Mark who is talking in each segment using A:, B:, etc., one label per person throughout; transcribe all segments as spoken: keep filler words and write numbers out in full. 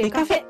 A: ベカフェ。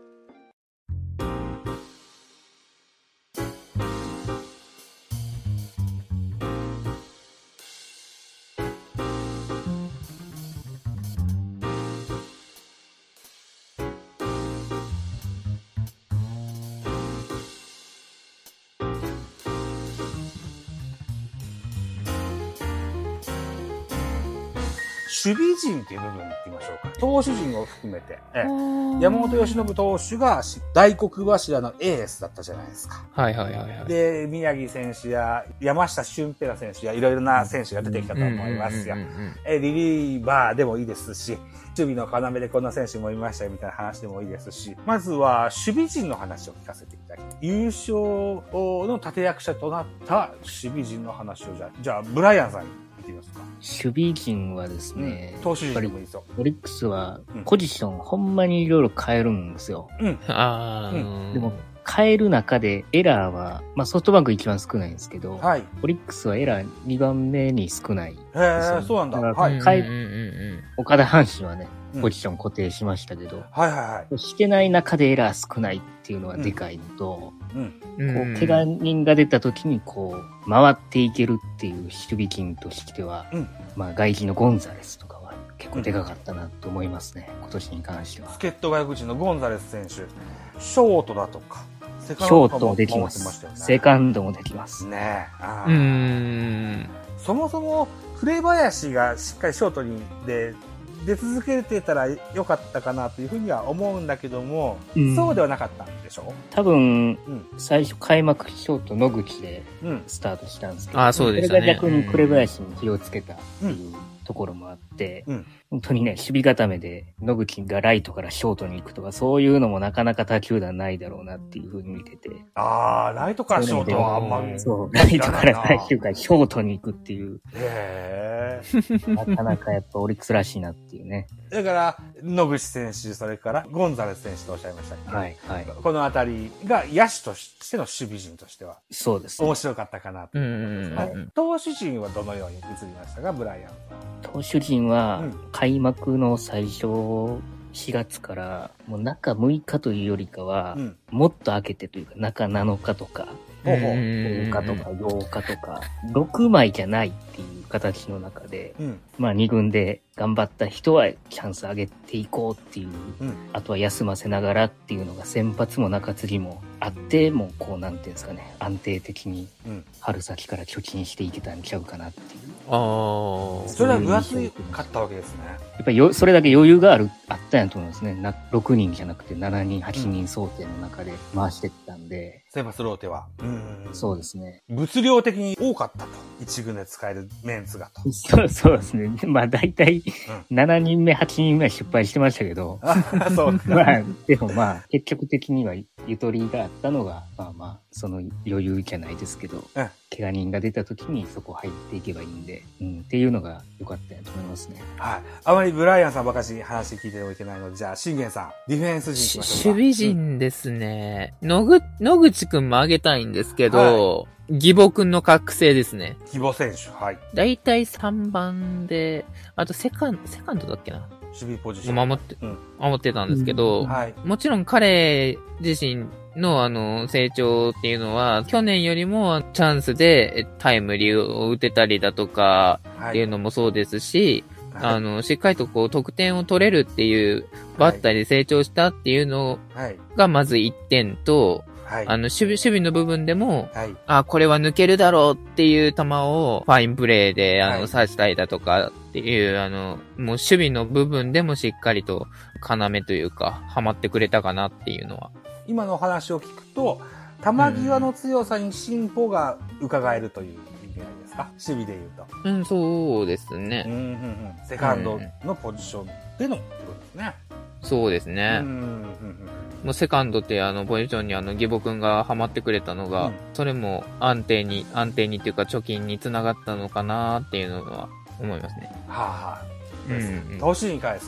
B: 守備陣っていう部分に行ってみましょうか。投手陣を含めて、ええ、山本由伸投手が大黒柱のエースだったじゃないですか。
C: はいはいはいはい。
B: で、宮城選手や山下俊平選手やいろいろな選手が出てきたと思いますよ。え、リリーバーでもいいですし、守備の要でこんな選手もいましたよみたいな話でもいいですし、まずは守備陣の話を聞かせていただきたい。優勝の立役者となった守備陣の話をじゃあ、じゃあブライアンさんに見てみますか。
D: 守備陣はですね、
B: うん、投手陣でもいいですよ。
D: オリックスはポジション、うん、ほんまにいろいろ変えるんですよ。
B: うん。
C: ああ、
D: うん。でも変える中でエラーは、まあソフトバンク一番少ないんですけど、はい。オリックスはエラーにばんめに少ないですよね。
B: へえ、そうなんだ。
D: だから変え、うん、岡田阪神はね、ポジション固定しましたけど、うん、
B: はいはいはい。
D: してない中でエラー少ないっていうのはでかいのと、
B: うん
D: うん、こう、怪我人が出た時にこう、回っていけるっていう守備金としては、うん、まあ外人のゴンザレスとかは結構でかかったなと思いますね、うん、今年に関しては。
B: 助っ人外国人のゴンザレス選手、ショートだとか、
D: セカンドもできます。ね、セカンドもできます。
B: ねえ。あ
C: うーん。
B: そもそも、紅林がしっかりショートにで、出続けてたらよかったかなというふうには思うんだけども、うん、そうではなかったんでしょ？
D: 多分、うん、最初開幕ショート野口でスタートしたんですけど、うん、
C: あ、そうでしたね。
D: それが逆に紅林に気をつけたっていうところもあって、うん、本当にね、守備固めで野口がライトからショートに行くとか、そういうのもなかなか他球団ないだろうなっていうふうに見てて。
B: ああ、ライトからショートはあんまり。
D: そう、ライトから最終回ショートに行くっていう。
B: へ
D: ー。なかなかやっぱオリックスらしいなっていうね。
B: だから、野口選手、それからゴンザレス選手とおっしゃいましたっけ？
D: はいはい。
B: このあたりが野手としての守備陣としては。
D: そうです、
B: ね。面白かったかなと思います。投手陣はどのように映りましたか、ブライアン。
D: 投手陣は、開幕の最初、しがつから、もう中むいかというよりかは、うん、もっと開けてというか、中なのかとか、とおかとかようかとか、ろくまいじゃないっていう形の中で、うん、まあに軍で頑張った人はチャンス上げていこうっていう、うん、あとは休ませながらっていうのが先発も中継ぎもあって、もうこうなんていうんですかね、安定的に春先から貯金していけたんちゃうかなっていう。
B: ああ、それは分厚かったわけですね。
D: やっぱりよそれだけ余裕があるあったんやと思うんですね。なろくにんじゃなくてしちにんはちにん想定の中で回してったんで、
B: 先発ローテは、
D: うん、そうですね。
B: 物量的に多かったと、一軍で使えるメンツがと。
D: そうそうですね。まあ大体しちにんめはちにんめは失敗してましたけど、
B: あそうか。
D: まあでもまあ結局的にはゆとりがあったのがまあまあその余裕じゃないですけど、うん、怪我人が出た時にそこ入っていけばいいんで、うん、っていうのが良かったと思いますね。
B: はい。あまりブライアンさんばかし話聞いておいてないので、じゃあ信玄さんディフェンス陣行きましょうか。
C: 守備陣ですね。うん、野口野口くんも挙げたいんですけど、はい、義母くんの覚醒ですね。
B: 義母選手、はい。
C: だいたいさんばんで、あとセカンド、セカンドだっけな。
B: 守備ポジション。
C: 守って、うん、守ってたんですけど、
B: うんはい、
C: もちろん彼自身のあの成長っていうのは、去年よりもチャンスでタイムリーを打てたりだとかっていうのもそうですし、はい、あの、しっかりとこう得点を取れるっていうバッターで成長したっていうのがまずいってんと、はい、あの、守備、守備の部分でも、はい、あ、これは抜けるだろうっていう球をファインプレーで、あの、刺したりだとかっていう、あの、もう守備の部分でもしっかりと要というか、ハマってくれたかなっていうのは。
B: 今の話を聞くと、球際の強さに進歩が伺えるという意味合いですか？守備で言うと。
C: うん、そうですね。
B: うんうんうん、セカンドのポジションでのことですね。
C: そうですね。うんうんうん、もうセカンドってあのポジションにあの義母くんがハマってくれたのが、うん、それも安定に安定にっていうか貯金につながったのかなっていうのは思いますね。
B: はあはあ。うんうん、投手に関ですか？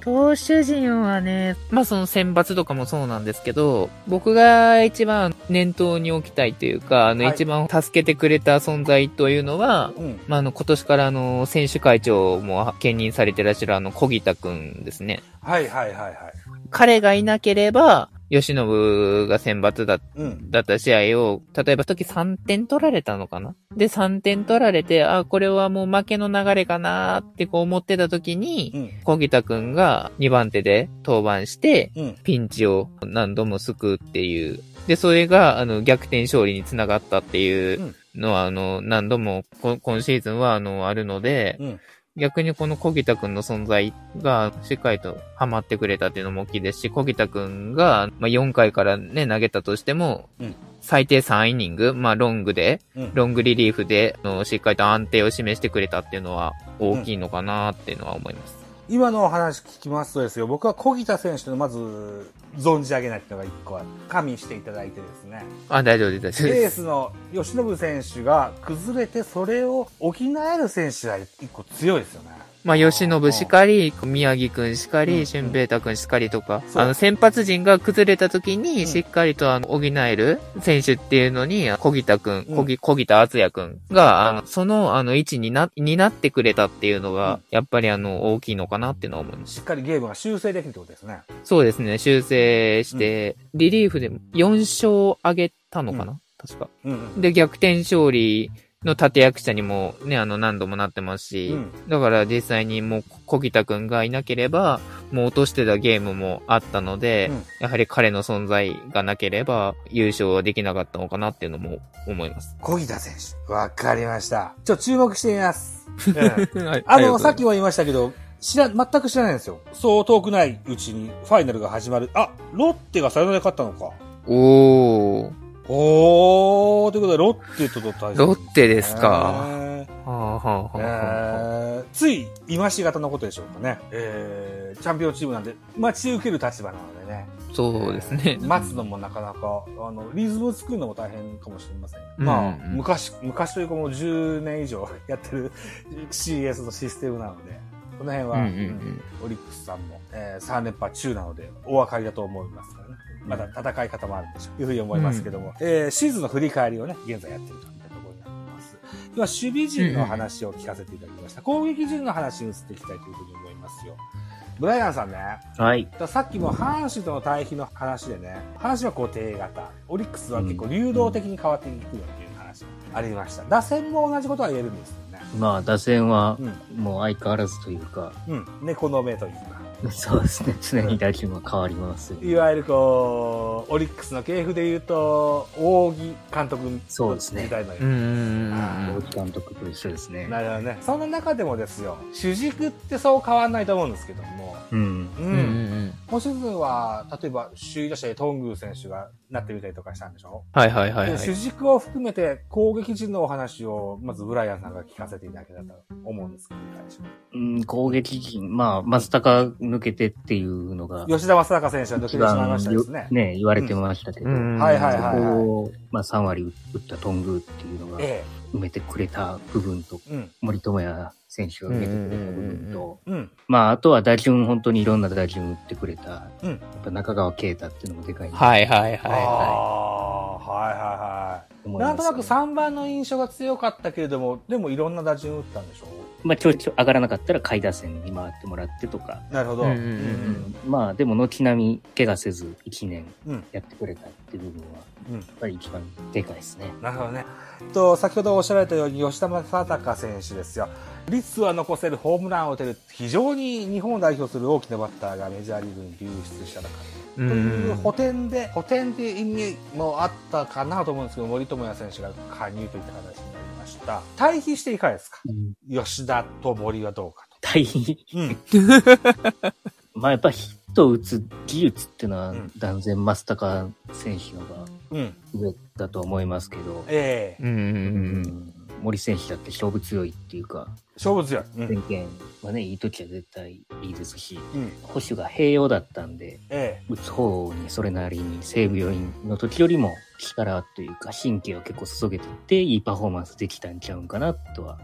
C: 投手陣はね、まあその選抜とかもそうなんですけど、僕が一番念頭に置きたいというか、あの一番助けてくれた存在というのは、はい、まああの今年からあの選手会長も兼任されてらっしゃるあの小木田くんですね。
B: はいはいはいはい。
C: 彼がいなければ、吉信が選抜だ、うん、だった試合を、例えば時さんてん取られたのかなで、さんてん取られて、あ、これはもう負けの流れかなってこう思ってた時に、うん、小木田くんがにばん手で登板して、うん、ピンチを何度も救うっていう。で、それが、あの、逆転勝利につながったっていうのは、あの、何度も、今シーズンは、あの、あるので、うん、逆にこの小木田くんの存在がしっかりとハマってくれたっていうのも大きいですし、小木田くんがまあよんかいからね投げたとしても、うん、最低さんイニング、まあロングで、うん、ロングリリーフでのしっかりと安定を示してくれたっていうのは大きいのかなっていうのは思います。
B: うん、今のお話聞きますとですよ、僕は小木田選手のまず存じ上げないっていうのが一個は加味していただいてですね。
C: あ、大丈夫です。
B: エースの吉信選手が崩れてそれを補える選手は一個強いですよね。
C: まあ、吉信しかり、宮城くんしかり、俊平太くんしかりとか、あの、先発陣が崩れた時に、しっかりとあの、補える選手っていうのに、小木田くん、小木、小木田敦也くんが、あの、その、あの、位置にな、になってくれたっていうのが、やっぱりあの、大きいのかなっていうのは思います。
B: しっかりゲームが修正できるってことですね。
C: そうですね、修正して、リリーフでよん勝上げたのかな、確か。で、逆転勝利、の立役者にもね、あの何度もなってますし、うん、だから実際にもう小木田くんがいなければ、もう落としてたゲームもあったので、うん、やはり彼の存在がなければ優勝はできなかったのかなっていうのも思います。
B: 小木田選手。わかりました。ちょっと注目してみます。うん、はい、あの、さっきも言いましたけど、知ら、全く知らないんですよ。そう遠くないうちにファイナルが始まる。あ、ロッテがサヨナラで勝ったのか。
C: おー。
B: おー、ということで、ロッテと対戦、ね。
C: ロッテですか。は
B: あはあはあえー、つい、今し型のことでしょうかね。えー、チャンピオンチームなんで、待ち受ける立場なのでね。
C: そうですね。
B: 待つのもなかなか、あの、リズム作るのも大変かもしれません。うん、まあ、昔、昔というかもうじゅうねん以上やってる シーエス のシステムなので、この辺は、うんうんうんうん、オリックスさんも、えー、さん連覇中なので、お分かりだと思いますからね。まだ戦い方もあるんでしょう。いうふうに思いますけども。うん、えー、シーズンの振り返りをね、現在やっているといったところになっています。今、守備陣の話を聞かせていただきました。うん、攻撃陣の話に移っていきたいというふうに思いますよ。ブライアンさんね。
D: はい。
B: さっきも阪神との対比の話でね、阪神は固定型。オリックスは結構流動的に変わっていくよっていう話ありました。打線も同じことは言えるんですよね。
D: まあ、打線は、もう相変わらずというか。
B: うん。猫の目というか。
D: そうですね。常に打順は変わります。
B: いわゆるこう、オリックスの系譜で言うと、大木監督の時代のよう
D: に。大木監督と一緒ですね。
B: なるほどね。その中でもですよ、主軸ってそう変わらないと思うんですけども。うん。うん。うん。今シーズンは、例えば、首位打者で頓宮選手がなってみたりとかしたんでしょ？
C: はいはいはい、はい。
B: 主軸を含めて攻撃陣のお話を、まずブライアンさんが聞かせていただけたらと思うんですけど、
D: うん、攻撃陣、まあ、松高抜けてっていうのが。
B: 吉田正尚選手は抜けてしまいましたですね。
D: ね、言われてましたけど。うん、
B: はいはいはい、はい。
D: そこを、まあさん割打った頓宮っていうのが、埋めてくれた部分と、ええ、森友哉選手が埋めてくれた部分と、うん、まああとは打順、本当にいろんな打順打ってくれた、うん、やっぱ中川圭太っていうのもでかいんで。
C: はいはいはいはい。あ
B: あ、はいはいはい。ね、なんとなくさんばんの印象が強かったけれども、でもいろんな打順打ったんでしょう？
D: まあ、調子上がらなかったら下位打線に回ってもらってとか。
B: なるほど。うんうんうん
D: うん、まあ、でも軒並み怪我せずいちねんやってくれたっていう部分は、やっぱり一番でかいですね。
B: なるほどね。と、先ほどおっしゃられたように吉田正尚選手ですよ。率は残せる、ホームランを打てる、非常に日本を代表する大きなバッターがメジャーリーグに流出した中という補填で、補填っていう意味もあったかなと思うんですけど、森友哉選手が加入といった形になりました。対比していかがですか、うん、吉田と森はどうかと。
D: 対比、うん、まあやっぱヒットを打つ技術っていうのは断然松高選手のが上だと思いますけど、うんえーうんうんうん森選手だって勝負強いっていうか、
B: 勝負強い。
D: うん、点検はね、いい時は絶対いいですし、うん、保守が併用だったんで、ええ、打つ方にそれなりに西武余韻の時よりも力というか神経を結構注げていって、いいパフォーマンスできたんちゃうんかなとは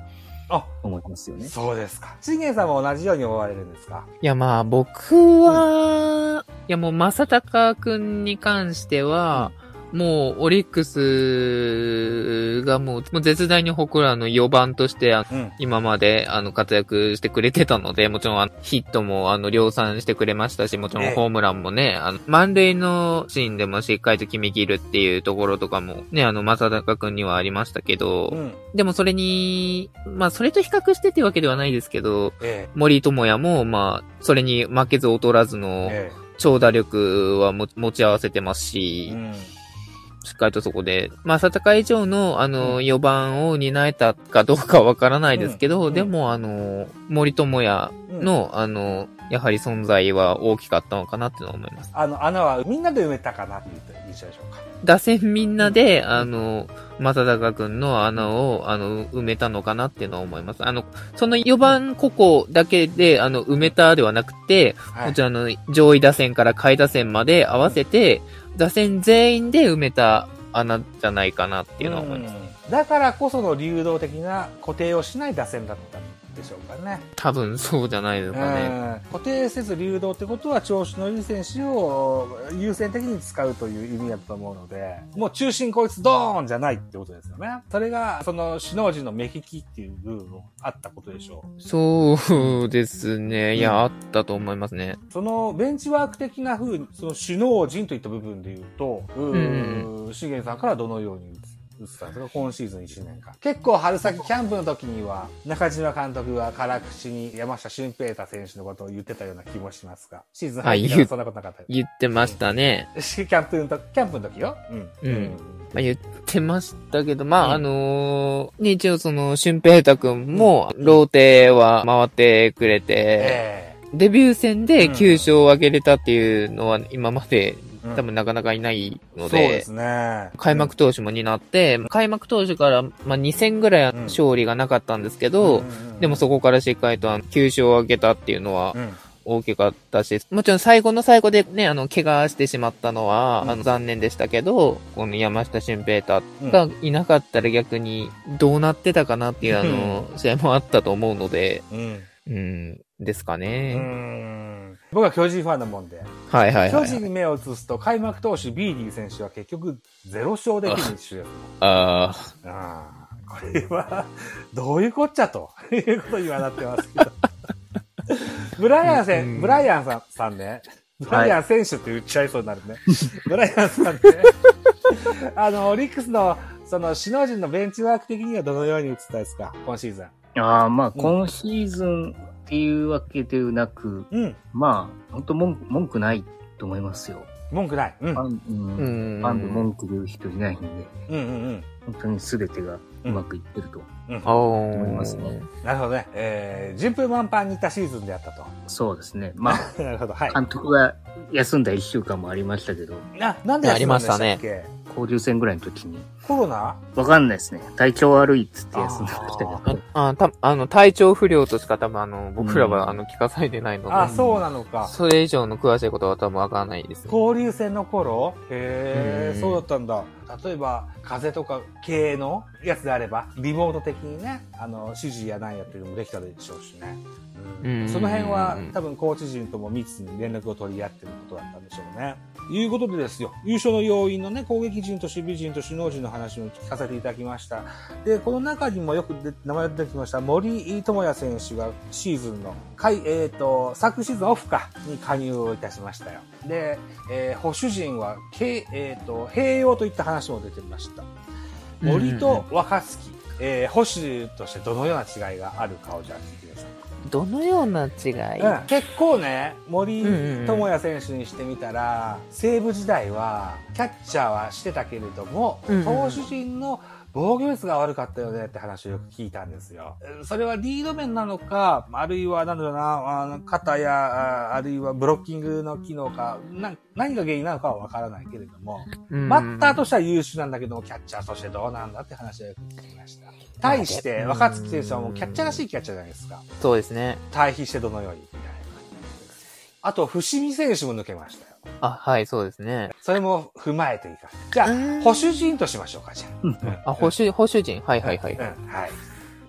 D: 思いますよね。
B: そうですか。信玄さんも同じように思われるんですか？
C: いや、まあ、僕は、うん、いや、もう、正隆くんに関しては、うんもう、オリックスがもう、もう絶大に誇るあのよばんとして、あの、うん、今まであの活躍してくれてたので、もちろんあのヒットもあの量産してくれましたし、もちろんホームランもね、あの、満塁のシーンでもしっかりと決め切るっていうところとかもね、あの、正隆くんにはありましたけど、うん、でもそれに、まあ、それと比較してっていうわけではないですけど、ええ、森友哉も、まあ、それに負けず劣らずの長打力はも持ち合わせてますし、うんしっかりとそこで、まあ、正隆以上の、あの、よばんを担えたかどうかわからないですけど、うんうん、でも、あの、森友哉の、うん、あの、やはり存在は大きかったのかなって思います。
B: あの、穴はみんなで埋めたかなって言った印象でしょうか。
C: 打線みんなで、うん、あの、正隆くんの穴を、あの、埋めたのかなっていうのは思います。あの、そのよばんここだけで、あの、埋めたではなくて、はい、もちろんあの、上位打線から下位打線まで合わせて、うん、打線全員で埋めた穴じゃないかなっていうのは思います。
B: だからこその流動的な固定をしない打線だったんでしょうかね。
C: 多分そうじゃないですかね。
B: 固定せず流動ってことは調子のいい選手を優先的に使うという意味だと思うので、もう中心こいつドーンじゃないってことですよね。それがその首脳陣の目利きっていう部分もあったことでしょう。
C: そうですね。いや、うん、あったと思いますね。
B: そのベンチワーク的な風に、その首脳陣といった部分で言うと、うん、信玄さんからどのように打ってたんですか、今シーズンいちねんかん。結構春先キャンプの時には中島監督は辛口に山下俊平太選手のことを言ってたような気もしますが、シーズン入ってからそんなことなかったよ。
C: 言ってましたね。
B: キャンプの時、キャンプの時よ。うん。
C: うん。うんまあ、言ってましたけど、まあ、うん、あのー、ね、一応その、俊平太くんも、ローテは回ってくれて、えー、デビュー戦できゅう勝を挙げれたっていうのは今まで、多分なかなかいないので、そうですね。開幕投手も担って、うん、開幕投手からまあに戦ぐらい勝利がなかったんですけど、うん、でもそこからしっかりときゅう勝を挙げたっていうのは大きかったし、もちろん最後の最後でね、あの、怪我してしまったのは、うん、あの残念でしたけど、この山下俊平太がいなかったら逆にどうなってたかなっていうあの、試合もあったと思うので、うん、うんですかね。
B: うん僕は巨人ファンなもんで。
C: はいはいはい、はい。
B: 巨人に目を移すと、開幕投手ビーディ選手は結局ゼロ勝でフィニッシュです。
C: ああ。
B: ああ。これは、どういうこっちゃということにはなってますけど。ブライアンせん、ブライアンさん、さんね。ブライアン選手って言っちゃいそうになるね。はい、ブライアンさんね。あの、オリックスの、その、首脳陣のベンチワーク的にはどのように映ったんですか、今シーズン。
D: ああ、まあ、今シーズン、っていうわけでなく、うん、まあ、本当文句、文句ないと思いますよ。
B: 文句ない。うん。ファン、
D: うん、ファンで文句言う人いないんで、うんうんうん、本当に全てがうまくいってると思いますね。うんうん、
B: なるほどね。えー、順風満帆にいったシーズンであったと。
D: そうですね。まあ、
B: なるほど。はい。
D: 監督が休んだいっしゅうかんもありましたけど。
B: な、なんで休んだんでしたっけ？ありましたね。
D: 交流戦ぐらいの時に。
B: コロナ？
D: わかんないですね。体調悪いっつって休んでましたけど。
C: ああ、た、あの、体調不良としか多分あの、僕らは、うん、あの、聞かされてないので。
B: あ、そうなのか。
C: それ以上の詳しいことは多分わからないです、ね。
B: 交流戦の頃？へえ、そうだったんだ。例えば、風邪とか系のやつであれば、リモート的にね、あの、指示や何やっていうのもできたでしょうしね。うん、その辺は多分コーチ陣とも密に連絡を取り合ってることだったんでしょうね。いうことでですよ、優勝の要因のね、攻撃陣と守備陣と首脳陣の話を聞かせていただきました。で、この中にもよく名前が出てきました森友哉選手がシーズンの、えっと、昨シーズンオフかに加入をいたしましたよ。で、えー、保守陣は、えっと、併用といった話も出てました。森と若月、えー、保守としてどのような違いがあるかをじゃあ聞いてください。
C: どのような違い、
B: うん、結構ね、森友哉選手にしてみたら、うんうん、西武時代はキャッチャーはしてたけれども、うんうん、投手陣の防御率が悪かったよねって話をよく聞いたんですよ。それはリード面なのか、あるいはなんだろうな、あの肩や、あるいはブロッキングの機能か、な何が原因なのかはわからないけれども、うんうん、バッターとしては優秀なんだけども、キャッチャーとしてどうなんだって話をよく聞きました。対して、若月選手はもうキャッチャーらしいキャッチャーじゃないですか。
C: そうですね。
B: 対比してどのようにみたいな。あと、伏見選手も抜けましたよ。
C: あ、はい、そうですね。
B: それも踏まえていいか。じゃあ、保守陣としましょうか、じゃあ。
C: うん、あ、保守、保守陣はいはいはい。うん、はい。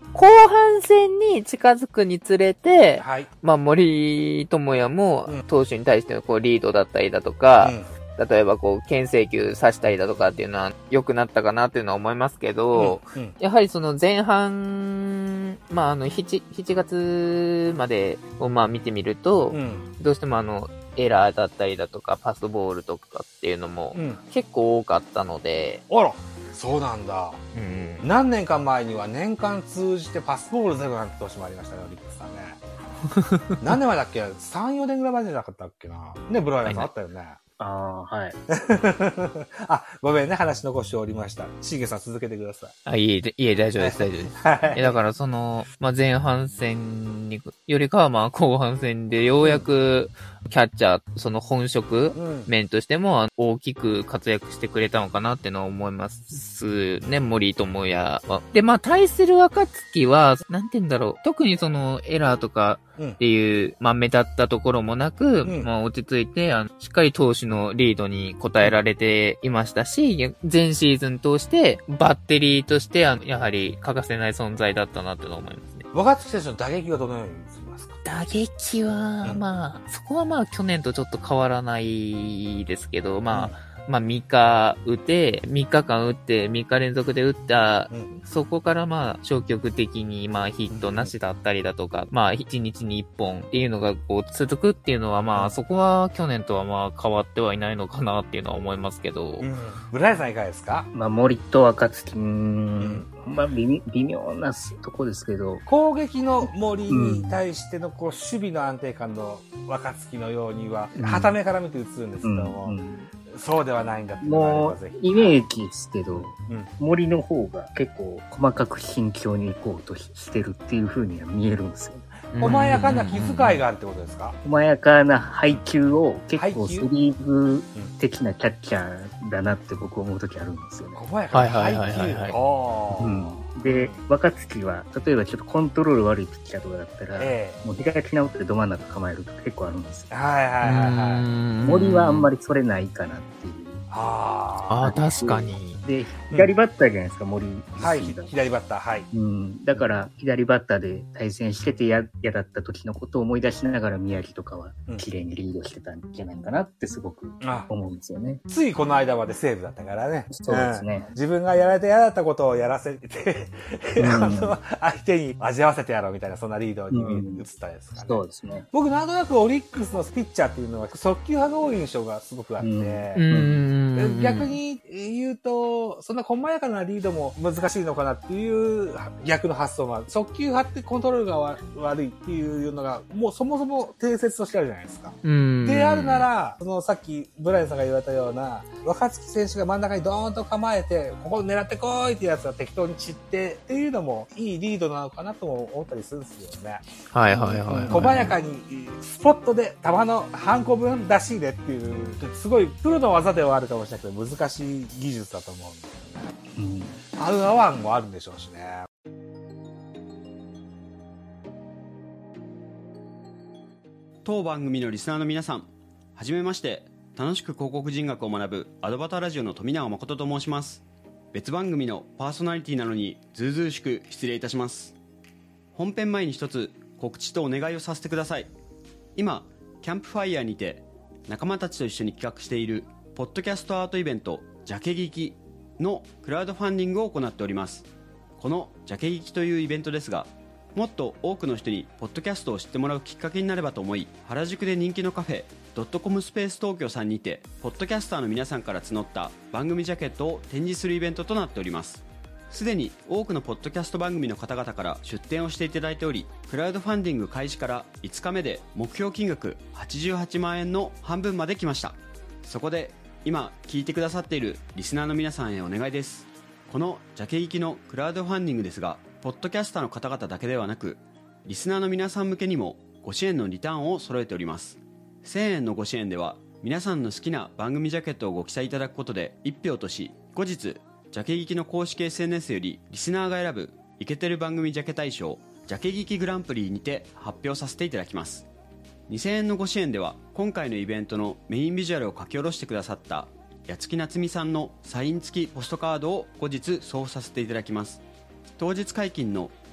C: 後半戦に近づくにつれて、
B: はい、
C: まあ森友哉も投手に対してのこうリードだったりだとか、うん、例えばこう牽制球刺したりだとかっていうのは良くなったかなっていうのは思いますけど、うんうん、やはりその前半、まああの 7, 7月までをまあ見てみると、うん、どうしてもあのエラーだったりだとかパスボールとかっていうのも結構多かったので、
B: うん、あらそうなんだ、うん、何年か前には年間通じてパスボールゼロなんて年もありましたね、オリックスさんね。何年前だっけ ?さん、よねんぐらい前じゃなかったっけな。ね、ブロイヤーさんあったよね。
D: ああ、はい。
B: あ、ごめんね、話残しておりました。しげさん続けてください。
C: あ、いえ、いえ、大丈夫です、大丈夫です。はい。だからその、まあ、前半戦に、よりかはまあ、後半戦でようやく、キャッチャー、その本職面としても大きく活躍してくれたのかなってのは思いますね、森友哉は。で、まあ、対する若月は、なんて言うんだろう。特にそのエラーとかっていう、まあ、目立ったところもなく、うん、まあ、落ち着いて、あの、しっかり投手のリードに応えられていましたし、前シーズン通してバッテリーとしてあのやはり欠かせない存在だったなってのは思いますね。
B: 若月選手の打撃はどのように映りますか？
C: 打撃は、まあ、そこはまあ去年とちょっと変わらないですけど、まあ、うんまあみっか打って、みっかかん打って、みっか連続で打った、うん、そこからまあ消極的にまあヒットなしだったりだとか、うん、まあいちにちにいっぽんっていうのがこう続くっていうのはまあそこは去年とはまあ変わってはいないのかなっていうのは思いますけど。
B: うん、ブライさんいかがですか？
D: まあ森と若月、うん、まあ微妙なとこですけど。
B: 攻撃の森に対してのこう守備の安定感の若月のようには、傍目から見て映るんですけども、うんうんうんそうではないんだって
D: もうイメージですけど、うん、森の方が結構細かく慎重に行こうとしてるっていう風には見えるんですよ。
B: 細やかな気遣いがあるってことですか？
D: 細やかな配球を結構スリーブ的なキャッチャーだなって僕思う時あるんですよね。
B: 細やかな配球。
D: で、若月は、例えばちょっとコントロール悪いピッチャーとかだったら、ええ、もう開き直ってど真ん中構えると結構あるんですよ。
B: はいはいはいはい。
D: 森はあんまりそれないかなっていう。
C: ああ、確かに。
D: で、左バッターじゃないですか、うん、森。
B: はい、左バッター、はい。
D: うん。だから、左バッターで対戦してて嫌だった時のことを思い出しながら宮城とかは、綺麗にリードしてたんじゃないかなってすごく思うんですよね。
B: ついこの間までセーブだったからね。
D: そうですね。
B: うん、自分がやられて嫌だったことをやらせて、うん、相手に味わわせてやろうみたいな、そんなリードに移ったんですかね、
D: うん。そうですね。
B: 僕、なんとなくオリックスのピッチャーっていうのは、速球派が多い印象がすごくあって、
C: うん
B: 逆に言うと、そんな細やかなリードも難しいのかなっていう逆の発想もある。速球派ってコントロールが悪いっていうのが、もうそもそも定説としてあるじゃないですか。であるなら、そのさっきブライアンさんが言われたような、若月選手が真ん中にドーンと構えて、ここ狙ってこいっていうやつが適当に散ってっていうのもいいリードなのかなとも思ったりするんですよね。
C: はいはいはい、はい。
B: 小早やかにスポットで球の半個分出し入れっていう、すごいプロの技ではあるかもしれないけど、難しい技術だと思うんですよね。うん、合う合わんもあるんでしょうしね。
A: 当番組のリスナーの皆さん、はじめまして。楽しく広告人学を学ぶアドバターラジオの富永誠と申します。別番組のパーソナリティなのにずうずうしく失礼いたします。本編前に一つ告知とお願いをさせてください。今キャンプファイヤーにて仲間たちと一緒に企画しているポッドキャストアートイベントジャケ聞きのクラウドファンディングを行っております。このジャケ聞きというイベントですが、もっと多くの人にポッドキャストを知ってもらうきっかけになればと思い、原宿で人気のカフェドットコムスペース東京さんにてポッドキャスターの皆さんから募った番組ジャケットを展示するイベントとなっております。すでに多くのポッドキャスト番組の方々から出展をしていただいており、クラウドファンディング開始からいつかめで目標金額はちじゅうはちまんえんの半分まで来ました。そこで今聞いてくださっているリスナーの皆さんへお願いです。このジャケ聞きのクラウドファンディングですが、ポッドキャスターの方々だけではなく、リスナーの皆さん向けにもご支援のリターンを揃えております。せんえんのご支援では皆さんの好きな番組ジャケットをご記載いただくことでいち票とし、後日ジャケ聞きの公式 エスエヌエス よりリスナーが選ぶイケてる番組ジャケ大賞ジャケ聞きグランプリにて発表させていただきます。にせんえんのご支援では今回のイベントのメインビジュアルを書き下ろしてくださった八月夏美さんのサイン付きポストカードを後日送付させていただきます。当日解禁の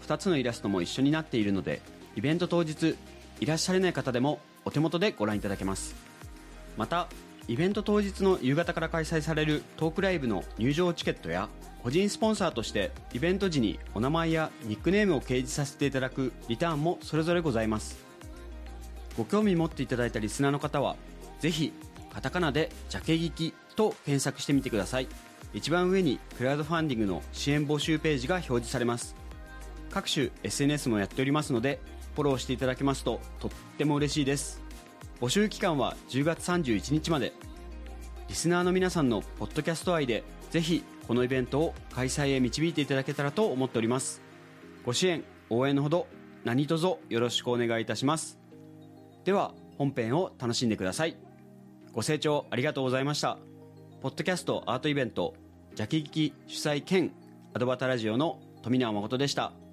A: ふたつのイラストも一緒になっているので、イベント当日いらっしゃれない方でもお手元でご覧いただけます。またイベント当日の夕方から開催されるトークライブの入場チケットや、個人スポンサーとしてイベント時にお名前やニックネームを掲示させていただくリターンもそれぞれございます。ご興味持っていただいたリスナーの方はぜひカタカナでジャケ聞きと検索してみてください。一番上にクラウドファンディングの支援募集ページが表示されます。各種 エスエヌエス もやっておりますので、フォローしていただけますととっても嬉しいです。募集期間はじゅうがつさんじゅういちにちまで。リスナーの皆さんのポッドキャスト愛でぜひこのイベントを開催へ導いていただけたらと思っております。ご支援応援のほど何卒よろしくお願いいたします。では本編を楽しんでください。ご清聴ありがとうございました。ポッドキャストアートイベントジャケ聞き主催兼アドバタラジオの富永誠でした。